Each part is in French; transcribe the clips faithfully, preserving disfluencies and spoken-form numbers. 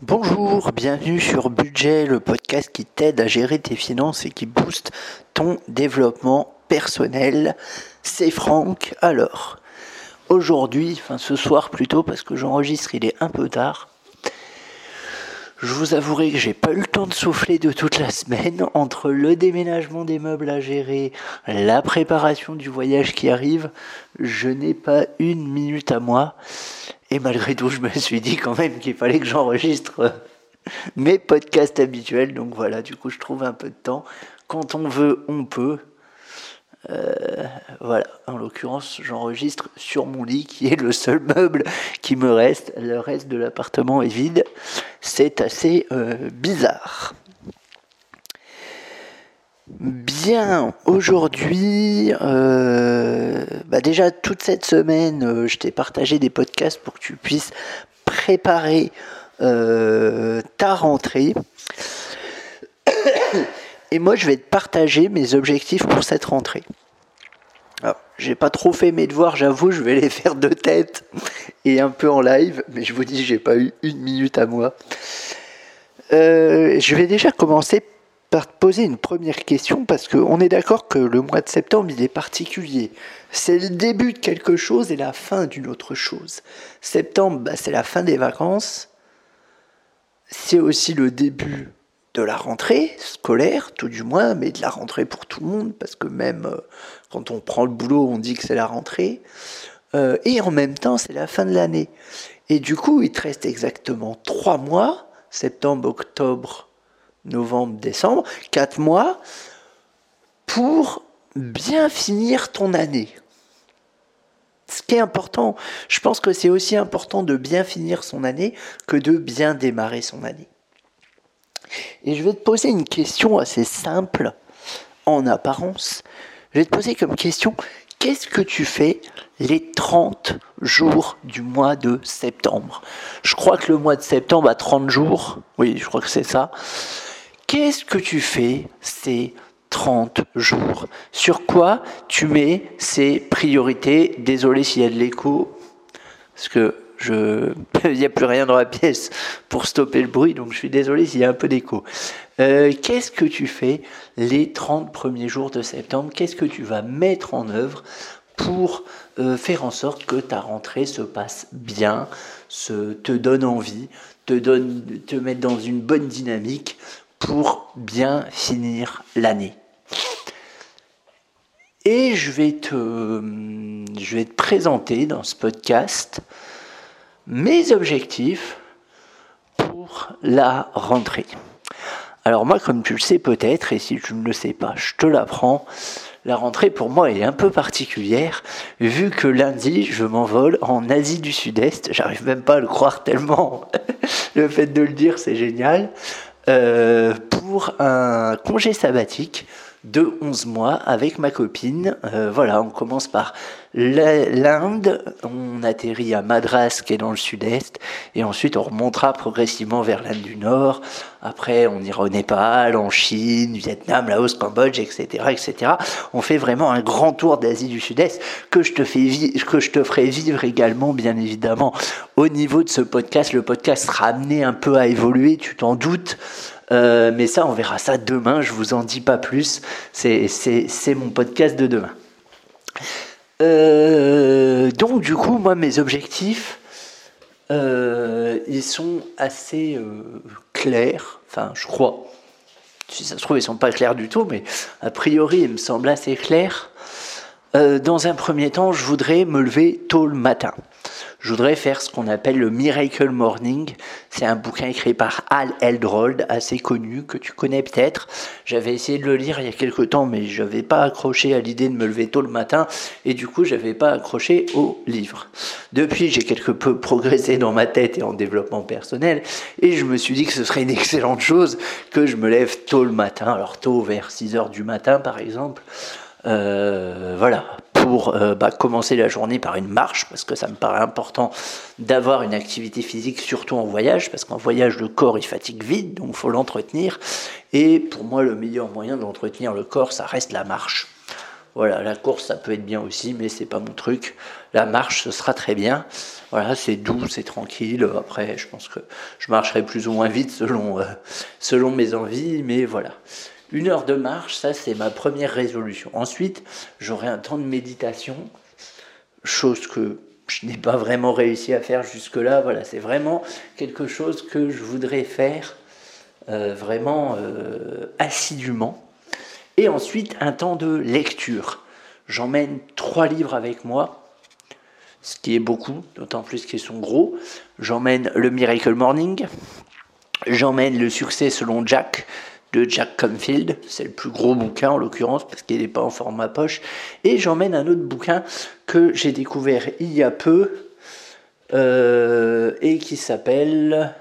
Bonjour, bienvenue sur Budget, le podcast qui t'aide à gérer tes finances et qui booste ton développement personnel. C'est Franck. Alors, aujourd'hui, enfin ce soir plutôt, parce que j'enregistre, il est un peu tard. Je vous avouerai que j'ai pas eu le temps de souffler de toute la semaine entre le déménagement des meubles à gérer, la préparation du voyage qui arrive. Je n'ai pas une minute à moi. Et malgré tout, je me suis dit quand même qu'il fallait que j'enregistre mes podcasts habituels. Donc voilà, du coup, je trouve un peu de temps. Quand on veut, on peut. Euh, voilà, en l'occurrence, j'enregistre sur mon lit, qui est le seul meuble qui me reste. Le reste de l'appartement est vide. C'est assez euh, bizarre. Bien, aujourd'hui, euh, bah déjà toute cette semaine, euh, je t'ai partagé des podcasts pour que tu puisses préparer euh, ta rentrée. Et moi, je vais te partager mes objectifs pour cette rentrée. Alors, j'ai pas trop fait mes devoirs, j'avoue, je vais les faire de tête et un peu en live, mais je vous dis, j'ai pas eu une minute à moi. Euh, je vais déjà commencer par te poser une première question, parce qu'on est d'accord que le mois de septembre, il est particulier. C'est le début de quelque chose et la fin d'une autre chose. Septembre, bah, c'est la fin des vacances. C'est aussi le début de la rentrée scolaire, tout du moins, mais de la rentrée pour tout le monde, parce que même euh, quand on prend le boulot, on dit que c'est la rentrée. Euh, et en même temps, c'est la fin de l'année. Et du coup, il te reste exactement trois mois, septembre, octobre, novembre, décembre, quatre mois, pour bien finir ton année. Ce qui est important, je pense que c'est aussi important de bien finir son année que de bien démarrer son année. Et je vais te poser une question assez simple, en apparence. Je vais te poser comme question, qu'est-ce que tu fais les trente jours du mois de septembre ? Je crois que le mois de septembre a trente jours, oui, je crois que c'est ça. Qu'est-ce que tu fais ces trente jours ? Sur quoi tu mets ces priorités ? Désolé s'il y a de l'écho, parce que je... il n'y a plus rien dans la pièce pour stopper le bruit, donc je suis désolé s'il y a un peu d'écho. Euh, qu'est-ce que tu fais les trente premiers jours de septembre ? Qu'est-ce que tu vas mettre en œuvre pour euh, faire en sorte que ta rentrée se passe bien, se, te donne envie, te, donne, te mette dans une bonne dynamique pour bien finir l'année ? Et je vais te, je vais te présenter dans ce podcast mes objectifs pour la rentrée. Alors moi, comme tu le sais peut-être, et si tu ne le sais pas, je te l'apprends, la rentrée pour moi est un peu particulière, vu que lundi, je m'envole en Asie du Sud-Est. J'arrive même pas à le croire tellement le fait de le dire, c'est génial. Euh, pour un congé sabbatique de onze mois avec ma copine. Euh, voilà, on commence par l'Inde, on atterrit à Madras qui est dans le sud-est, et ensuite on remontera progressivement vers l'Inde du Nord. Après, on ira au Népal, en Chine, Vietnam, Laos, Cambodge, et cetera, et cetera. On fait vraiment un grand tour d'Asie du Sud-Est que je te fais vi- que je te ferai vivre également, bien évidemment, au niveau de ce podcast. Le podcast sera amené un peu à évoluer, tu t'en doutes. Euh, mais ça, on verra ça demain, je vous en dis pas plus, c'est, c'est, c'est mon podcast de demain. Euh, donc du coup, moi, mes objectifs, euh, ils sont assez euh, clairs, enfin, je crois. Si ça se trouve, ils sont pas clairs du tout, mais a priori, ils me semblent assez clairs. Euh, dans un premier temps, je voudrais me lever tôt le matin. Je voudrais faire ce qu'on appelle le Miracle Morning. C'est un bouquin écrit par Hal Elrod, assez connu, que tu connais peut-être. J'avais essayé de le lire il y a quelques temps, mais je n'avais pas accroché à l'idée de me lever tôt le matin, et du coup, je n'avais pas accroché au livre. Depuis, j'ai quelque peu progressé dans ma tête et en développement personnel, et je me suis dit que ce serait une excellente chose que je me lève tôt le matin, alors tôt vers six heures du matin, par exemple. Euh, voilà, pour euh, bah, commencer la journée par une marche, parce que ça me paraît important d'avoir une activité physique, surtout en voyage, parce qu'en voyage, le corps, il fatigue vite, donc il faut l'entretenir. Et pour moi, le meilleur moyen d'entretenir le corps, ça reste la marche. Voilà, la course, ça peut être bien aussi, mais c'est pas mon truc. La marche, ce sera très bien. Voilà, c'est doux, c'est tranquille. Après, je pense que je marcherai plus ou moins vite selon, euh, selon mes envies, mais voilà. Une heure de marche, ça, c'est ma première résolution. Ensuite, j'aurai un temps de méditation, chose que je n'ai pas vraiment réussi à faire jusque-là. Voilà, c'est vraiment quelque chose que je voudrais faire euh, vraiment euh, assidûment. Et ensuite, un temps de lecture. J'emmène trois livres avec moi, ce qui est beaucoup, d'autant plus qu'ils sont gros. J'emmène le Miracle Morning, j'emmène le Succès selon Jack, de Jack Canfield, c'est le plus gros bouquin en l'occurrence, parce qu'il n'est pas en format poche. Et j'emmène un autre bouquin que j'ai découvert il y a peu, euh, et qui s'appelle...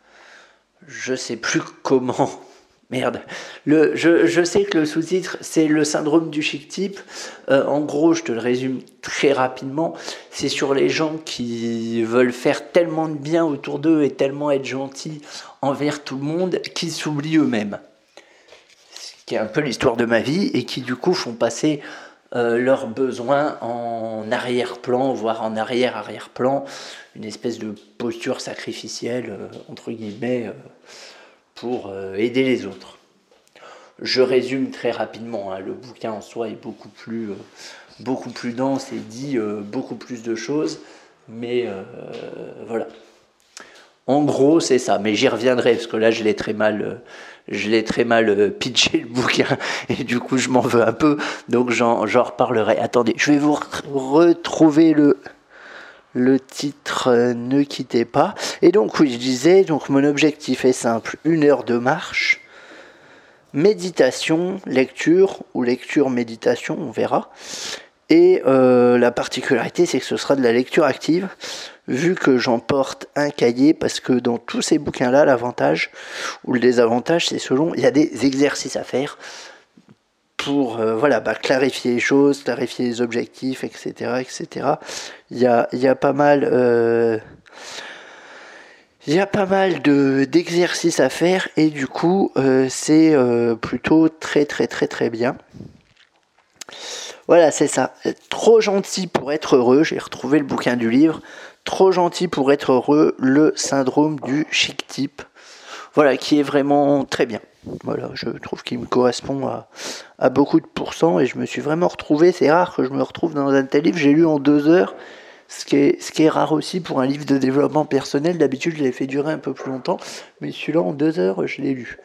Je sais plus comment... Merde. Le, je, je sais que le sous-titre, c'est le syndrome du chic type. Euh, en gros, je te le résume très rapidement. C'est sur les gens qui veulent faire tellement de bien autour d'eux et tellement être gentils envers tout le monde qu'ils s'oublient eux-mêmes. Ce qui est un peu l'histoire de ma vie et qui du coup font passer euh, leurs besoins en arrière-plan, voire en arrière-arrière-plan. Une espèce de posture sacrificielle, euh, entre guillemets... Euh, pour aider les autres. Je résume très rapidement, hein, le bouquin en soi est beaucoup plus, euh, beaucoup plus dense et dit euh, beaucoup plus de choses, mais euh, voilà. En gros, c'est ça, mais j'y reviendrai, parce que là, je l'ai très mal, euh, je l'ai très mal euh, pitché, le bouquin, et du coup, je m'en veux un peu, donc j'en, j'en reparlerai. Attendez, je vais vous re- retrouver le... Le titre, euh, ne quittez pas. Et donc oui, je disais, donc mon objectif est simple, une heure de marche, méditation, lecture, ou lecture, méditation, on verra. Et euh, la particularité, c'est que ce sera de la lecture active, vu que j'emporte un cahier, parce que dans tous ces bouquins-là, l'avantage, ou le désavantage, c'est selon, il y a des exercices à faire, pour euh, voilà, bah, clarifier les choses, clarifier les objectifs, et cetera, et cetera. Il y a, il y a pas mal, euh, il y a pas mal de, d'exercices à faire et du coup, euh, c'est euh, plutôt très très très très bien. Voilà, c'est ça. Trop gentil pour être heureux. J'ai retrouvé le bouquin du livre. Trop gentil pour être heureux, le syndrome du chic type. Voilà, qui est vraiment très bien. Voilà, je trouve qu'il me correspond à, à beaucoup de pourcents et je me suis vraiment retrouvé. C'est rare que je me retrouve dans un tel livre. J'ai lu en deux heures, ce qui est, ce qui est rare aussi pour un livre de développement personnel. D'habitude, je l'ai fait durer un peu plus longtemps, mais celui-là, en deux heures, je l'ai lu.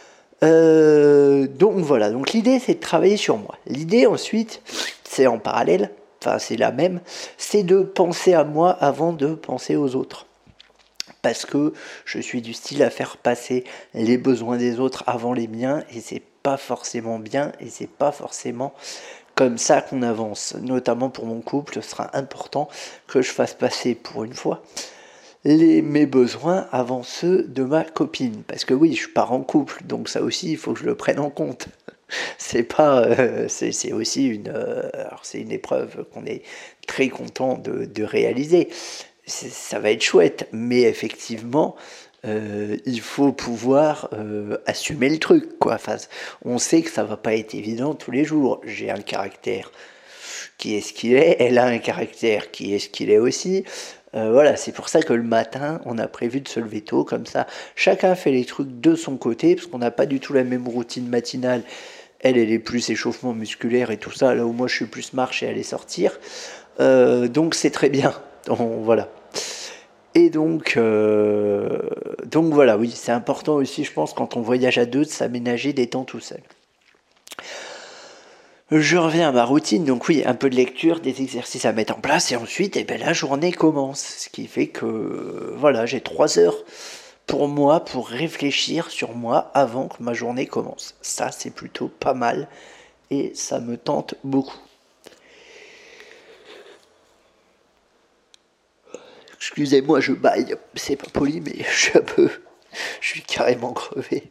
Euh, donc voilà, donc l'idée, c'est de travailler sur moi. L'idée, ensuite, c'est en parallèle, enfin, c'est la même, c'est de penser à moi avant de penser aux autres. Parce que je suis du style à faire passer les besoins des autres avant les miens et c'est pas forcément bien et c'est pas forcément comme ça qu'on avance. Notamment pour mon couple, ce sera important que je fasse passer pour une fois les, mes besoins avant ceux de ma copine. Parce que oui, je pars en couple, donc ça aussi il faut que je le prenne en compte. C'est pas, euh, c'est, c'est aussi une, euh, alors c'est une épreuve qu'on est très content de, de réaliser. Ça va être chouette, mais effectivement, euh, il faut pouvoir euh, assumer le truc, quoi. Enfin, on sait que ça va pas être évident tous les jours. J'ai un caractère qui est ce qu'il est, elle a un caractère qui est ce qu'il est aussi. Euh, voilà, c'est pour ça que le matin, on a prévu de se lever tôt, comme ça, chacun fait les trucs de son côté, parce qu'on n'a pas du tout la même routine matinale. Elle, elle est plus échauffement musculaire et tout ça, là où moi je suis plus marche et aller sortir. Euh, donc c'est très bien. On, voilà. Et donc, euh, donc voilà, oui, c'est important aussi, je pense, quand on voyage à deux, de s'aménager des temps tout seul. Je reviens à ma routine, donc oui, un peu de lecture, des exercices à mettre en place, et ensuite, eh ben, la journée commence. Ce qui fait que, voilà, j'ai trois heures pour moi, pour réfléchir sur moi avant que ma journée commence. Ça, c'est plutôt pas mal, et ça me tente beaucoup. Excusez-moi, je baille, c'est pas poli, mais je suis un peu... Je suis carrément crevé.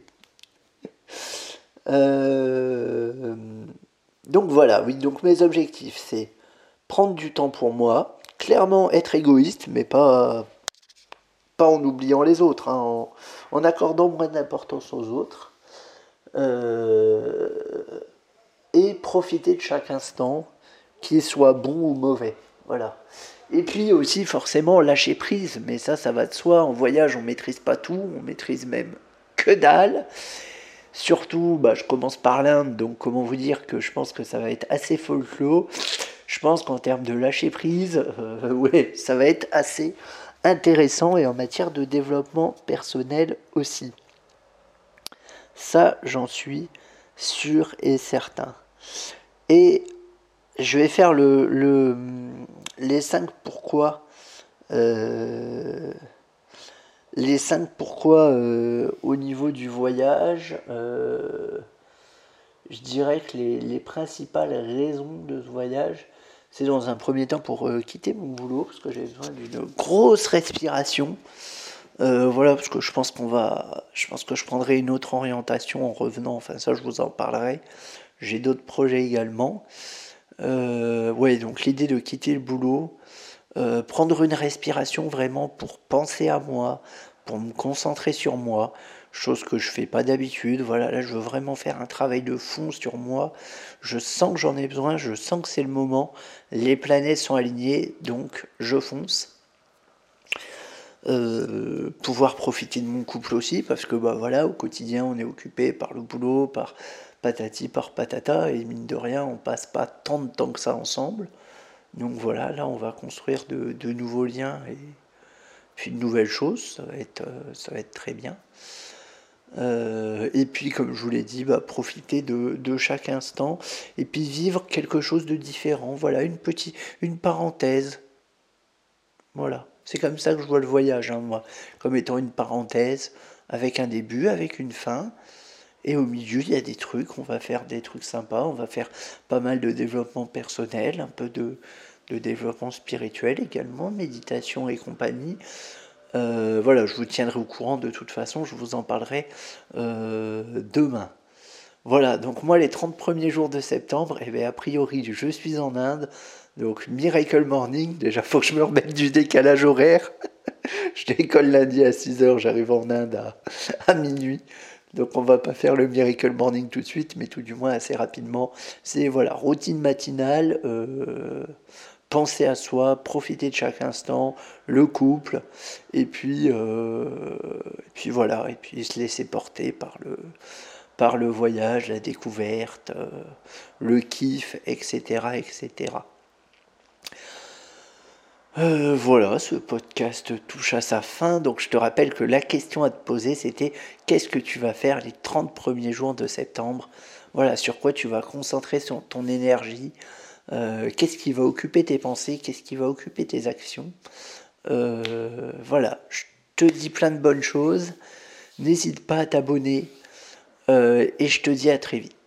Euh... Donc voilà, oui, donc mes objectifs, c'est prendre du temps pour moi, clairement être égoïste, mais pas, pas en oubliant les autres, hein, en, en accordant moins d'importance aux autres. Euh... et profiter de chaque instant, qu'il soit bon ou mauvais. Voilà. Et puis aussi forcément lâcher prise, mais ça, ça va de soi. En voyage, on maîtrise pas tout, on maîtrise même que dalle. Surtout, bah, je commence par l'Inde, donc comment vous dire que je pense que ça va être assez folklore. Je pense qu'en termes de lâcher prise, euh, ouais, ça va être assez intéressant et en matière de développement personnel aussi. Ça, j'en suis sûr et certain. Et je vais faire le, le les cinq pourquoi. Euh, les cinq pourquoi euh, au niveau du voyage. Euh, je dirais que les, les principales raisons de ce voyage, c'est dans un premier temps pour euh, quitter mon boulot, parce que j'ai besoin d'une grosse respiration. Euh, voilà, parce que je pense qu'on va, je pense que je prendrai une autre orientation en revenant. Enfin, ça, je vous en parlerai. J'ai d'autres projets également. Euh, ouais, donc l'idée de quitter le boulot, euh, prendre une respiration vraiment pour penser à moi, pour me concentrer sur moi, chose que je fais pas d'habitude. Voilà, là, je veux vraiment faire un travail de fond sur moi. Je sens que j'en ai besoin, je sens que c'est le moment. Les planètes sont alignées, donc je fonce. Euh, pouvoir profiter de mon couple aussi, parce que bah voilà, au quotidien on est occupé par le boulot, par patati, par patata, et mine de rien on passe pas tant de temps que ça ensemble. Donc voilà, là on va construire de, de nouveaux liens et puis de nouvelles choses, ça va être, euh, ça va être très bien. Euh, et puis comme je vous l'ai dit, bah, profiter de, de chaque instant et puis vivre quelque chose de différent. Voilà, une petite, une parenthèse. Voilà, c'est comme ça que je vois le voyage, hein, moi, comme étant une parenthèse, avec un début, avec une fin, et au milieu, il y a des trucs, on va faire des trucs sympas, on va faire pas mal de développement personnel, un peu de, de développement spirituel également, méditation et compagnie. Euh, voilà, je vous tiendrai au courant de toute façon, je vous en parlerai euh, demain. Voilà, donc moi les trente premiers jours de septembre, eh bien, a priori je suis en Inde, donc Miracle Morning, déjà faut que je me remette du décalage horaire. Je décolle lundi à six heures, j'arrive en Inde à, à minuit. Donc on va pas faire le Miracle Morning tout de suite, mais tout du moins assez rapidement. C'est voilà, routine matinale, euh, penser à soi, profiter de chaque instant, le couple, et puis, euh, et puis voilà, et puis se laisser porter par le par le voyage, la découverte, euh, le kiff, et cetera, et cetera. Euh, voilà, ce podcast touche à sa fin, donc je te rappelle que la question à te poser, c'était qu'est-ce que tu vas faire les trente premiers jours de septembre? Voilà, sur quoi tu vas concentrer sur ton énergie, euh, qu'est-ce qui va occuper tes pensées, qu'est-ce qui va occuper tes actions. Euh, voilà, je te dis plein de bonnes choses, n'hésite pas à t'abonner, euh, et je te dis à très vite.